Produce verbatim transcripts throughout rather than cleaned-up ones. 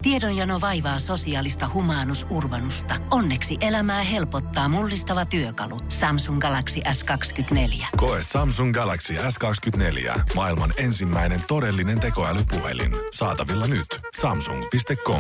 Tiedonjano vaivaa sosiaalista humanus urbanusta. Onneksi elämää helpottaa mullistava työkalu. Samsung Galaxy S kaksikymmentäneljä. Koe Samsung Galaxy S kaksikymmentäneljä. Maailman ensimmäinen todellinen tekoälypuhelin. Saatavilla nyt. Samsung piste com.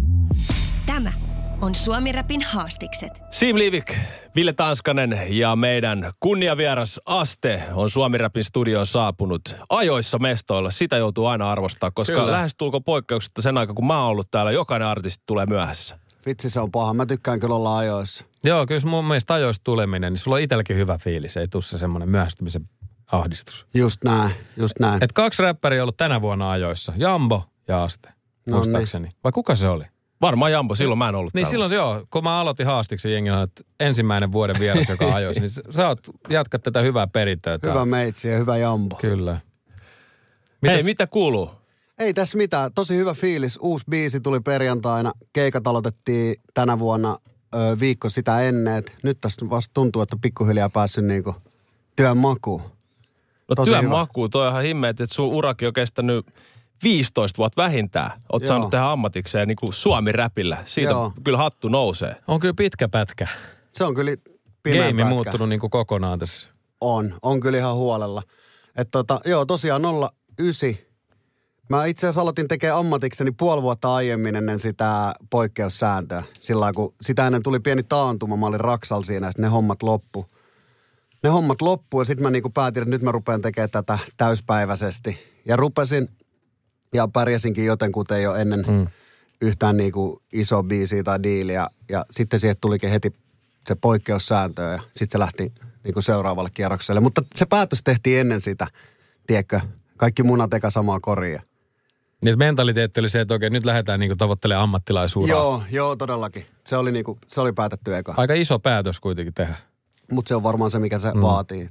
Tämä on Suomi Rapin haastikset. Siim Liivik, Ville Tanskanen ja meidän kunniavieras Aste on Suomi Rapin studioon saapunut ajoissa mestoilla. Sitä joutuu aina arvostaa, koska Kyllä. lähestulko poikkeuksetta sen aika, kun mä oon ollut täällä, jokainen artisti tulee myöhässä. Vitsi, se on paha. Mä tykkään kyllä olla ajoissa. Joo, kyllä mun mielestä ajoissa tuleminen, niin sulla on itselläkin hyvä fiilis. Ei tule se semmoinen myöhästymisen ahdistus. Just näin, just näin. Et kaksi räppäriä on ollut tänä vuonna ajoissa. Jambo ja Aste, no muistaakseni. Niin. Vai kuka se oli? Varmaan Jambo, silloin mä en ollut Niin täällä. silloin joo, kun mä aloitin haastiksen jengillä, että ensimmäinen vuoden vieras, joka ajoisi, niin sä oot, jatkat tätä hyvää perintöä. Hyvä meitsi ja hyvä Jambo. Kyllä. Mites? Hei, mitä kuuluu? Ei tässä mitään. Tosi hyvä fiilis. Uusi biisi tuli perjantaina. Keikat aloitettiin tänä vuonna ö, viikko sitä ennen. Nyt tässä vasta tuntuu, että pikkuhiljaa päässyt niinku työn makuun. No Tosi työn hyvä. makuun, toi on ihan himmeet, että sun urakin on kestänyt viisitoista vuotta vähintään. Oot Joo. saanut tehdä ammatikseen niin kuin Suomi-räpillä. Siitä Joo. kyllä hattu nousee. On kyllä pitkä pätkä. Se on kyllä pimeä Game pätkä. muuttunut niin kuin kokonaan tässä. On, on kyllä ihan huolella. Että tota, joo, tosiaan nolla yhdeksän. Mä itse asiassa aloitin tekemään ammatikseni puoli vuotta aiemmin ennen sitä poikkeussääntöä. Sillä kun sitä ennen tuli pieni taantuma, mä olin Raksalla siinä ja ne hommat loppu. Ne hommat loppu ja sitten mä niinku päätin, että nyt mä rupean tekemään tätä täyspäiväisesti. Ja rupesin ja pärjäsinkin jotenkuten jo ennen mm. yhtään niinku iso biisiä tai diiliä. Ja sitten siihen tulikin heti se poikkeussääntö ja sitten se lähti niinku seuraavalle kierrokselle. Mutta se päätös tehtiin ennen sitä, tiedätkö? Kaikki munat eka samaa koria. Niin mentaliteetti oli se, että oikein nyt lähdetään niinku tavoittelemaan ammattilaisuuraa. Joo, joo todellakin. Se oli, niinku, se oli päätetty eka. Aika iso päätös kuitenkin tehdä. Mutta se on varmaan se, mikä se Mm. vaatii.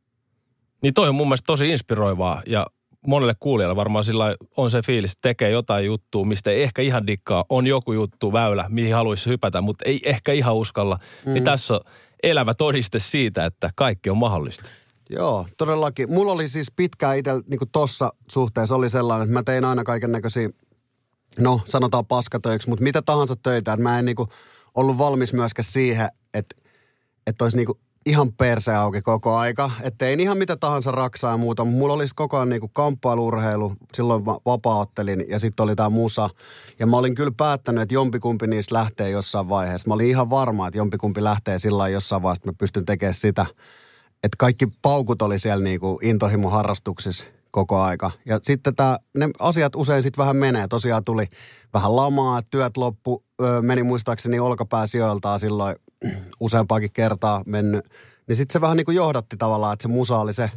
Niin toi on mun mielestä tosi inspiroivaa ja monelle kuulijalle varmaan sillä on se fiilis, että tekee jotain juttua, mistä ei ehkä ihan dikkaa. On joku juttu, väylä, mihin haluaisi hypätä, mutta ei ehkä ihan uskalla. Mm. Niin tässä on elävä todiste siitä, että kaikki on mahdollista. Joo, todellakin. Mulla oli siis pitkään itse niin kuin tossa suhteessa oli sellainen, että mä tein aina kaiken näköisiä, no sanotaan paskatöiksi, mutta mitä tahansa töitä. Että mä en niin kuin ollut valmis myöskään siihen, että, että olisi niin kuin ihan perse auki koko aika. Että tein ihan mitä tahansa raksaa ja muuta. Mulla olisi koko ajan niin kuin kamppailu-urheilu, silloin mä vapaa-ottelin ja sitten oli tää musa. Ja mä olin kyllä päättänyt, että jompikumpi niistä lähtee jossain vaiheessa. Mä olin ihan varma, että jompikumpi lähtee sillä lailla jossain vaiheessa, että mä pystyn tekemään sitä. Että kaikki paukut oli siellä niinku intohimo-harrastuksissa koko aika. Ja sitten tää, ne asiat usein sitten vähän menee. Tosiaan tuli vähän lamaa, että työt loppu. Öö, meni muistaakseni olkapääsijoiltaan silloin useampaakin kertaa mennyt. Niin sitten se vähän niinku johdatti tavallaan, että se musa oli se,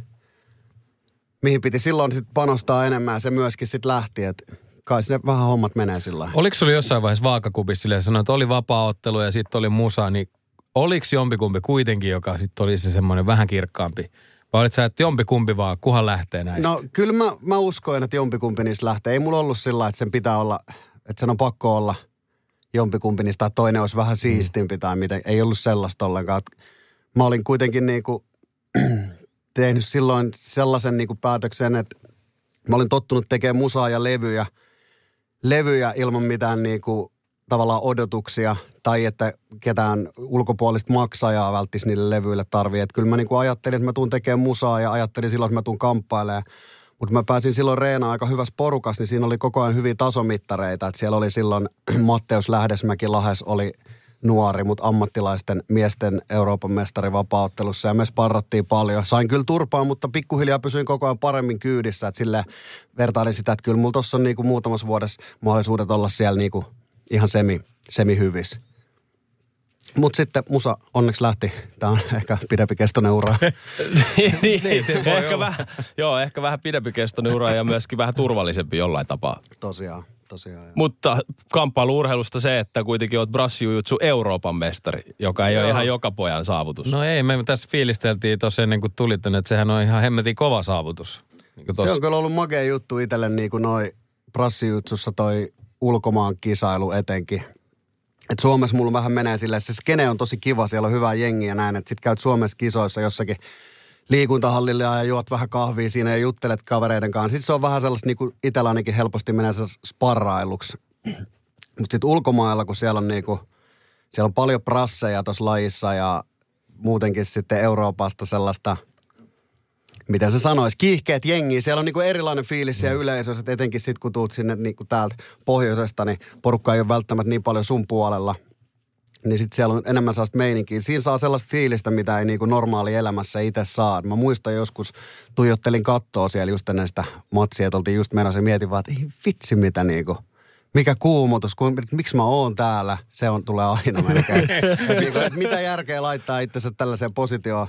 mihin piti silloin sitten panostaa enemmän. Ja se myöskin sitten lähti, että kai sinne vähän hommat menee sillä lailla. Oliko sulla jossain vaiheessa vaakakupissa silleen, sanoit, että oli vapaa-ottelu ja sitten oli musa, niin oliko jompikumpi kuitenkin, joka sitten oli se semmoinen vähän kirkkaampi? Vai olit sä, että jompikumpi vaan, kuhan lähtee näistä? No kyllä mä, mä uskoin, että jompikumpi niistä lähtee. Ei mulla ollut sillä, että sen pitää olla, että sen on pakko olla jompikumpi niistä, tai toinen olisi vähän siistimpi tai miten. Ei ollut sellaista ollenkaan. Mä olin kuitenkin niinku tehnyt silloin sellaisen niinku päätöksen, että mä olin tottunut tekemään musaa ja levyjä, levyjä ilman mitään niinku tavallaan odotuksia tai että ketään ulkopuolista maksajaa välttisi niille levyille tarvii. Että kyllä mä niinku ajattelin, että mä tuun tekemään musaa ja ajattelin silloin, että mä tuun kamppailemaan. Mutta mä pääsin silloin reenaan aika hyvässä porukassa, niin siinä oli koko ajan hyviä tasomittareita. Että siellä oli silloin Matteus Lähdesmäki Lahes oli nuori, mutta ammattilaisten miesten Euroopan mestari vapaa-ottelussa ja me sparrattiin paljon. Sain kyllä turpaa, mutta pikkuhiljaa pysyin koko ajan paremmin kyydissä. Että silleen vertailin sitä, että kyllä mulla tossa on niinku muutamassa vuodessa mahdollisuudet olla siellä niinku ihan semi, semi hyvissä. Mutta sitten musa onneksi lähti. Tämä on ehkä pidempikestoinen ura. niin, niin, ehkä vähän, joo, ehkä vähän pidempikestoinen ura ja myöskin vähän turvallisempi jollain tapaa. Tosiaan, tosiaan. Joo. Mutta kamppailu-urheilusta se, että kuitenkin olet brassijujutsu Euroopan mestari, joka ei joo. ole ihan joka pojan saavutus. No ei, me tässä fiilisteltiin tuossa ennen kuin tulit tänne, että sehän on ihan hemmetin kova saavutus. Niin se on kyllä ollut makea juttu itselle, niin kuin noi brassijutsussa toi ulkomaan kisailu etenkin. Et Suomessa mulla vähän menee silleen, se skene on tosi kiva, siellä on hyvää jengiä näin, että sit käyt Suomessa kisoissa jossakin liikuntahallilla ja juot vähän kahvia siinä ja juttelet kavereiden kanssa. Sitten se on vähän sellaista, niin kuin itsellä ainakin helposti menee sparrailuksi. Mutta sitten ulkomailla, kun siellä on niinku, siellä on paljon prasseja tuossa lajissa ja muutenkin sitten Euroopasta sellaista, miten se sanoisi, kiihkeät jengiä. Siellä on niinku erilainen fiilis ja yleisö, että etenkin sitten kun tuut sinne niinku täältä pohjoisesta, niin porukka ei ole välttämättä niin paljon sun puolella. Niin sitten siellä on enemmän sellaista meininkiä. Siinä saa sellaista fiilistä, mitä ei niinku normaali elämässä itse saa. Mä muistan joskus, tuijottelin kattoa siellä just ennen sitä matsia, että oltiin just menossa ja mietin vaan, että ei vitsi mitä niinku, mikä kuumotus, kun, miksi mä oon täällä, se on, tulee aina melkein. Niinku, että mitä järkeä laittaa itsensä tällaiseen positioon,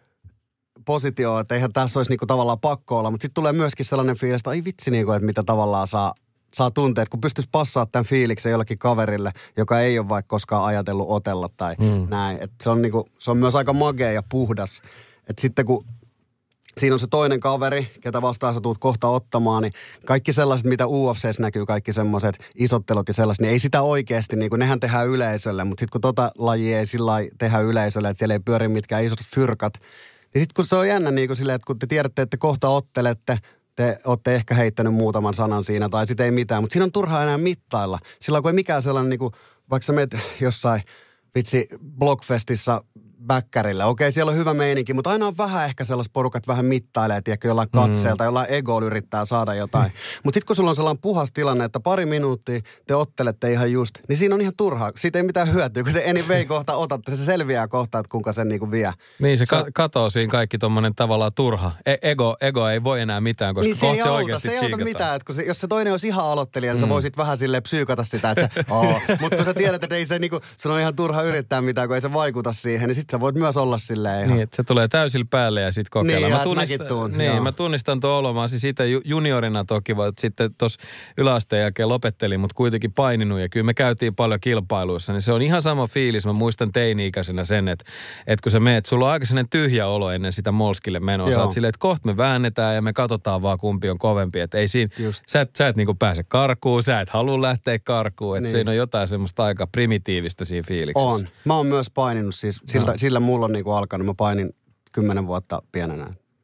positioon, että eihän tässä olisi niinku tavallaan pakko olla, mutta sitten tulee myöskin sellainen fiilis, että ai vitsi niinku, että mitä tavallaan saa, saa tunteet, kun pystyisi passaa tämän fiiliksen jollekin kaverille, joka ei ole vaikka koskaan ajatellut otella tai mm. näin. Et se, on niinku, se on myös aika magea ja puhdas. Et sitten kun siinä on se toinen kaveri, ketä vastaan sä tuut kohta ottamaan, niin kaikki sellaiset, mitä U F C:ssä näkyy, kaikki semmoiset isottelut ja sellaiset, niin ei sitä oikeasti, niin kuin nehän tehdään yleisölle, mutta sitten kun tota lajia ei sillä lailla tehdä yleisölle, että siellä ei pyöri mitkään isot fyrkat, niin sitten kun se on jännä niin kuin silleen, että kun te tiedätte, että kohta ottelette, te olette ehkä heittänyt muutaman sanan siinä tai sitten ei mitään, mutta siinä on turhaa enää mittailla. Silloin kun ei mikään sellainen, niin kuin, vaikka sä menet jossain vitsi Blockfestissa bäkkärillä. Okei, siellä on hyvä meininki, mutta aina on vähän ehkä sellaiset porukat vähän mittailee, tiedätkö, jollain katseelta, jollain egoilla yrittää saada jotain. Mutta sitten kun sulla on sellainen puhas tilanne, että pari minuuttia te ottelette ihan just, niin siinä on ihan turhaa. Siitä ei mitään hyötyä, kun te anyway kohta otatte, se selviää kohta, että kuinka sen niinku vie. Niin, se, se ka- katoo siinä kaikki tommonen tavallaan turha. E- ego, ego ei voi enää mitään, koska niin se ei se auta, oikeasti se ei auta mitään. Että kun se, jos se toinen olisi ihan aloittelija, niin mm. sä voisit vähän silleen psyykata sitä, että se, oh. Mutta kun sä tiedät, että ei se niinku, se on ihan turha yrittää mitään, kun ei se vaikuta siihen, niin sit sä voit myös olla silleen ihan. Niin, että se tulee täysillä päälle ja sitten kokeillaan. Niin, mä tunnistan, tuun, niin, mä tunnistan tuon olo. Mä siis itse juniorina toki, vaan sitten tuossa yläasteen jälkeen lopettelin, mutta kuitenkin paininut. Ja kyllä me käytiin paljon kilpailuissa, niin se on ihan sama fiilis. Mä muistan teini-ikäisenä sen, että, että kun sä meet, sulla on aika sellainen tyhjä olo ennen sitä molskille menoa. Sä oot silleen, että kohta me väännetään ja me katsotaan vaan kumpi on kovempi. Että ei siinä, sä et, sä et niinku pääse karkuun, sä et halua lähteä karkuun. Että niin. Siinä on jotain semmoista aika primitiivistä siinä fiiliksessä. On. Mä oon myös paininut siis, sillä, no. sillä mulla on niinku alkanut. Mä painin kymmenen vuotta pienenä.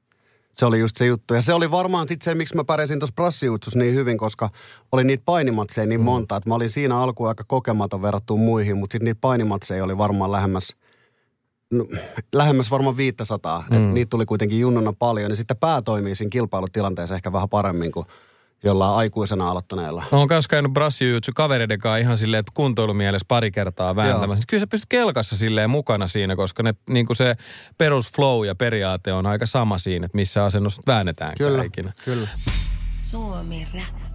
Se oli just se juttu. Ja se oli varmaan sitten se, miksi mä pärjäsin tuossa prassijuutsussa niin hyvin, koska oli niitä painimatseja niin monta, että mä olin siinä alkuun aika kokematon verrattuna muihin, mutta sitten niitä painimatseja oli varmaan lähemmäs, no, lähemmäs varmaan viisisataa. Mm. Että niitä tuli kuitenkin junnuna paljon. Ja sitten pää toimii siinä kilpailutilanteessa ehkä vähän paremmin kuin jollain aikuisena aloittaneella. No, on myös käynyt brassijutsu kavereiden kanssa ihan silleen, että kuntoilumielessä pari kertaa vääntämässä. Kyllä sä pystyt kelkassa silleen mukana siinä, koska ne, niin kuin se perusflow ja periaate on aika sama siinä, että missä asennossa väännetäänkään kyllä, ikinä. Kyllä. Suomi Rap.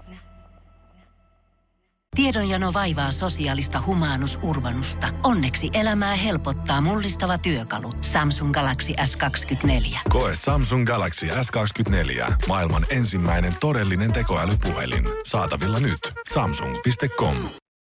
Tiedonjano vaivaa sosiaalista humanus urbanusta. Onneksi elämää helpottaa mullistava työkalu. Samsung Galaxy S kaksikymmentäneljä. Koe Samsung Galaxy S kaksikymmentäneljä. Maailman ensimmäinen todellinen tekoälypuhelin. Saatavilla nyt. Samsung piste com.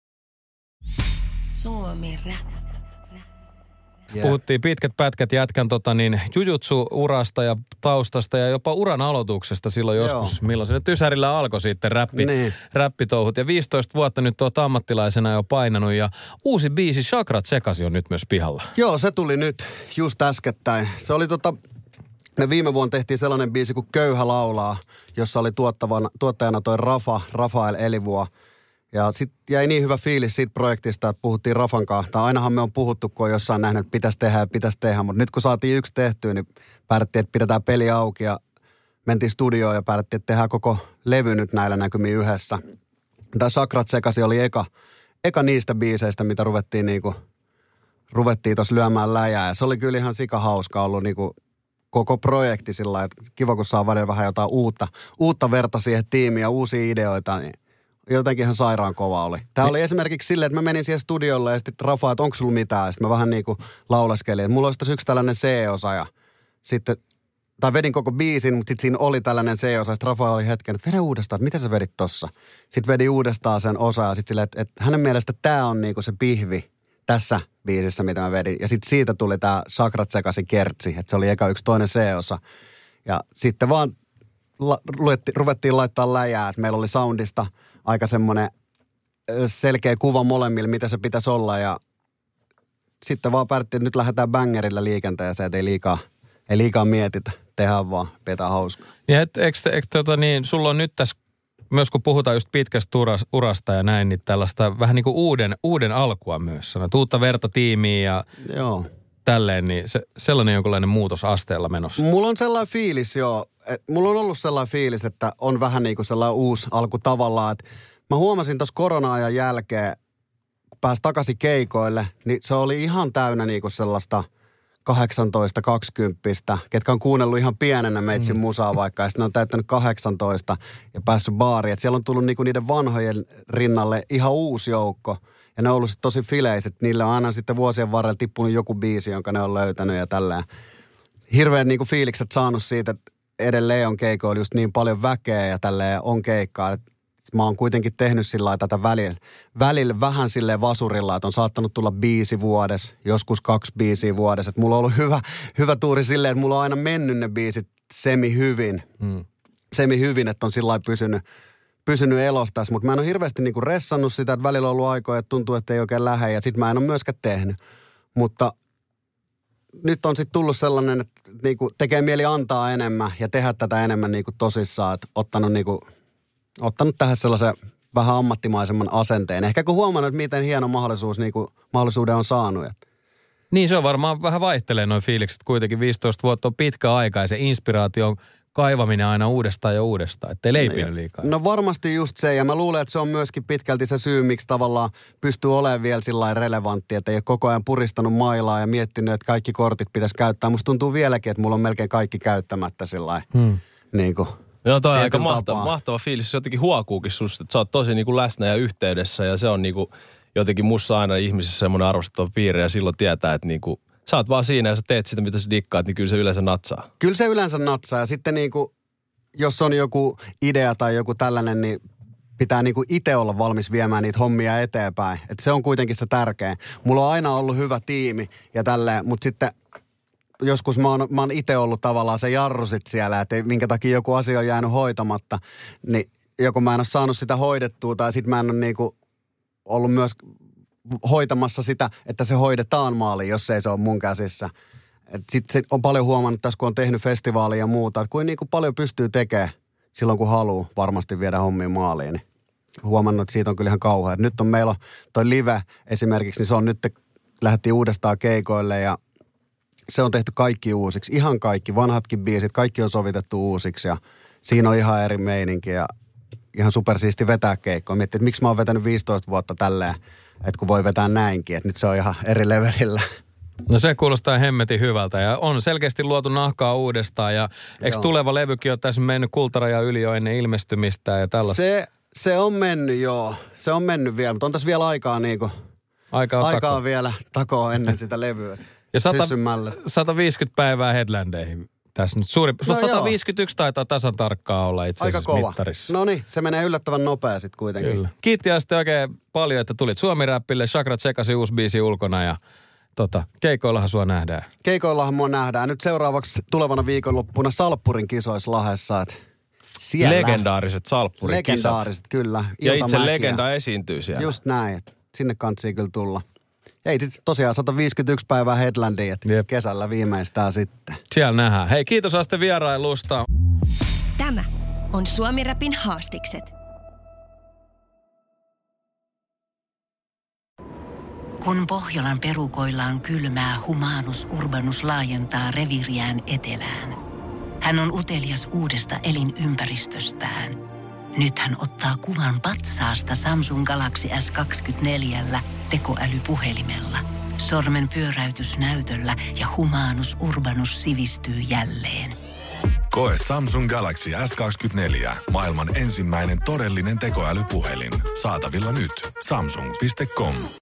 Suomi Rap. Yeah. Puhuttiin pitkät pätkät jätkän tota niin, jujutsu-urasta ja taustasta ja jopa uran aloituksesta silloin joskus, Joo. milloin se nyt Ysärillä alkoi sitten räppi, niin. räppitouhut. Ja viisitoista vuotta nyt oot ammattilaisena jo painanut ja uusi biisi Chakrat sekaisin on nyt myös pihalla. Joo, se tuli nyt just äskettäin. Se oli tota, me viime vuonna tehtiin sellainen biisi kuin Köyhä laulaa, jossa oli tuottajana toi Rafa, Rafael Elivuo. Ja sitten jäi niin hyvä fiilis siitä projektista, että puhuttiin Rafan kanssa. Tai ainahan me on puhuttu, kun on jossain nähnyt, että pitäisi tehdä ja pitäisi tehdä. Mutta nyt kun saatiin yksi tehtyä, niin päätettiin, että pidetään peli auki ja mentiin studioon ja päätettiin, että tehdään koko levy nyt näillä näkymin yhdessä. Tämä Chakrat sekaisin oli eka, eka niistä biiseistä, mitä ruvettiin niinku, ruvettiin tuossa lyömään läjää. Ja se oli kyllä ihan sikahauska ollut niinku koko projekti sillä lailla, että kiva kun saa välillä vähän jotain uutta, uutta verta siihen tiimiin ja uusia ideoita, niin jotenkin ihan sairaan kova oli. Tämä niin. oli esimerkiksi silleen, että mä menin siihen studiolle ja sitten Rafa, että onko sulla mitään? Ja sitten mä vähän niin kuin lauleskelin. Että mulla olisi tässä yksi tällainen C-osa ja sitten, tai vedin koko biisin, mutta sitten siinä oli tällainen C-osa. Sitten Rafa oli hetken, että vedä uudestaan, että mitä sä vedit tossa? Sitten vedin uudestaan sen osa ja sitten silleen, että, että hänen mielestä tämä on niin kuin se pihvi tässä biisissä, mitä mä vedin. Ja sitten siitä tuli tämä Chakrat sekaisin kertsi, että se oli eka yksi toinen C-osa. Ja sitten vaan la, ruvettiin laittaa läjää, että meillä oli soundista aika semmoinen selkeä kuva molemmille, mitä se pitäisi olla ja sitten vaan päätettiin, että nyt lähdetään bangerilla liikenteeseen, että ei liikaa, ei liikaa mietitä, tehdään vaan, pidetään hauskaa. Ja et, eikö, eikö tota niin, sulla on nyt tässä myös kun puhutaan just pitkästä urasta ja näin, niin tällaista vähän niin kuin uuden, uuden alkua myös. Sanat uutta verta tiimiin ja Joo. tälleen, niin se, sellainen jonkinlainen muutos asteella menossa. Mulla on sellainen fiilis, joo. Et mulla on ollut sellainen fiilis, että on vähän niin kuin sellainen uusi alku tavallaan. Et mä huomasin tuossa korona-ajan jälkeen, kun pääsi takaisin keikoille, niin se oli ihan täynnä niin kuin sellaista kahdeksantoista kaksikymmentä, ketkä on kuunnellut ihan pienenä meitsin mm. musaa vaikka, ja sitten ne on täyttänyt kahdeksantoista ja päässyt baariin. Et siellä on tullut niinku niiden vanhojen rinnalle ihan uusi joukko, ja ne on ollut tosi fileiset. Niille on aina sitten vuosien varrella tippunut joku biisi, jonka ne on löytänyt ja tälleen. Hirveän niinku fiilikset saanut siitä, että edelleen on keikoilla just niin paljon väkeä ja tälleen on keikkaa. Et mä oon kuitenkin tehnyt sillä lailla tätä välillä, välillä vähän silleen vasurilla, että on saattanut tulla biisi vuodessa, joskus kaksi biisiä vuodessa. Että mulla on ollut hyvä, hyvä tuuri silleen, että mulla on aina mennyt ne biisit semi hyvin. Mm. Semi hyvin, että on sillä lailla pysynyt, pysynyt elossa tässä. Mutta mä en ole hirveästi niinku ressannut sitä, että välillä on ollut aikoja, että tuntuu, että ei oikein lähde. Ja sit mä en ole myöskään tehnyt. Mutta nyt on sitten tullut sellainen, että niinku tekee mieli antaa enemmän ja tehdä tätä enemmän niinku tosissaan. Että ottanut niinku... Ottanut tähän sellaisen vähän ammattimaisemman asenteen. Ehkä kun huomannut, että miten hieno mahdollisuus, niin kuin mahdollisuuden on saanut. Niin se on varmaan vähän vaihtelee noin fiilikset. Kuitenkin viisitoista vuotta on pitkä aika ja se inspiraation kaivaminen aina uudestaan ja uudestaan. Ettei leipinen liikaa. No varmasti just se. Ja mä luulen, että se on myöskin pitkälti se syy, miksi tavallaan pystyy olemaan vielä sillä relevantti. Että ei ole koko ajan puristanut mailaa ja miettinyt, että kaikki kortit pitäisi käyttää. Musta tuntuu vieläkin, että mulla on melkein kaikki käyttämättä sillä hmm. niin kuin... Joo, toi on aika mahtava, mahtava fiilis. Se jotenkin huokuukin susta, että sä oot tosi niin kuin läsnä ja yhteydessä ja se on niin kuin jotenkin musta aina ihmisissä semmoinen arvostettava piirre ja silloin tietää, että niin kuin sä oot vaan siinä ja sä teet sitä, mitä sä dikkaat, niin kyllä se yleensä natsaa. Kyllä se yleensä natsaa ja sitten niin kuin, jos on joku idea tai joku tällainen, niin pitää niin kuin itse olla valmis viemään niitä hommia eteenpäin. Että se on kuitenkin se tärkein. Mulla on aina ollut hyvä tiimi ja tälleen, mutta sitten... Joskus mä oon, mä oon itse ollut tavallaan se jarru sit siellä, että minkä takia joku asia on jäänyt hoitamatta, niin joko mä en ole saanut sitä hoidettua tai sit mä en ole niinku ollut myös hoitamassa sitä, että se hoidetaan maaliin, jos ei se ole mun käsissä. Sitten on paljon huomannut tässä, kun on tehnyt festivaalia ja muuta, että kuin niinku paljon pystyy tekemään silloin, kun haluaa varmasti viedä hommia maaliin. Niin huomannut, että siitä on kyllä ihan kauhea. Nyt on meillä toi live esimerkiksi, niin se on nyt, lähdettiin uudestaan keikoille ja se on tehty kaikki uusiksi, ihan kaikki, vanhatkin biisit, kaikki on sovitettu uusiksi ja siinä on ihan eri meininki ja ihan supersiisti vetää keikkoa. Miettii, että miksi mä oon vetänyt viisitoista vuotta tälleen, että kun voi vetää näinkin, että nyt se on ihan eri levelillä. No se kuulostaa hemmetin hyvältä ja on selkeästi luotu nahkaa uudestaan ja eikö joo. tuleva levykin ole tässä mennyt kultaraja yli jo ennen ilmestymistä ja tällaista? Se, se on mennyt joo, se on mennyt vielä, mutta on tässä vielä aikaa niinku, aikaa, aikaa tako. vielä takoa ennen sitä levyä. Ja sata, sata viisikymmentä päivää headlandeihin tässä nyt. Suuri, no sata viisikymmentäyksi joo. taitaa tasan tarkkaa olla itse asiassa mittarissa. No niin, se menee yllättävän nopea sitten kuitenkin. Kyllä. Kiitti ja sitten oikein paljon, että tulit Suomi-räppille. Chakra tsekasi uusi biisi ulkona ja tota, keikoillahan sua nähdään. Keikoillahan mua nähdään. Nyt seuraavaksi tulevana viikonloppuna Salppurin kisoissa Lahdessa. Siellä. Legendaariset Salppurin Legendaariset, kisat. kyllä. Ja itse legenda esiintyy siellä. Just näin, sinne kantsii kyllä tulla. Ei tosiaan sata viisikymmentäyksi päivää headlandia, että Jep. kesällä viimeistään sitten. Siellä nähdään. Hei, kiitos Aste vierailusta. Tämä on Suomi-räpin haastikset. Kun Pohjolan perukoillaan kylmää, Humanus Urbanus laajentaa reviiriään etelään. Hän on utelias uudesta elinympäristöstään. Nyt hän ottaa kuvan patsaasta Samsung Galaxy S kaksikymmentäneljä tekoälypuhelimella. Sormen pyöräytys näytöllä ja Humanus Urbanus sivistyy jälleen. Koe Samsung Galaxy S kaksikymmentäneljä. Maailman ensimmäinen todellinen tekoälypuhelin. Saatavilla nyt. Samsung piste com.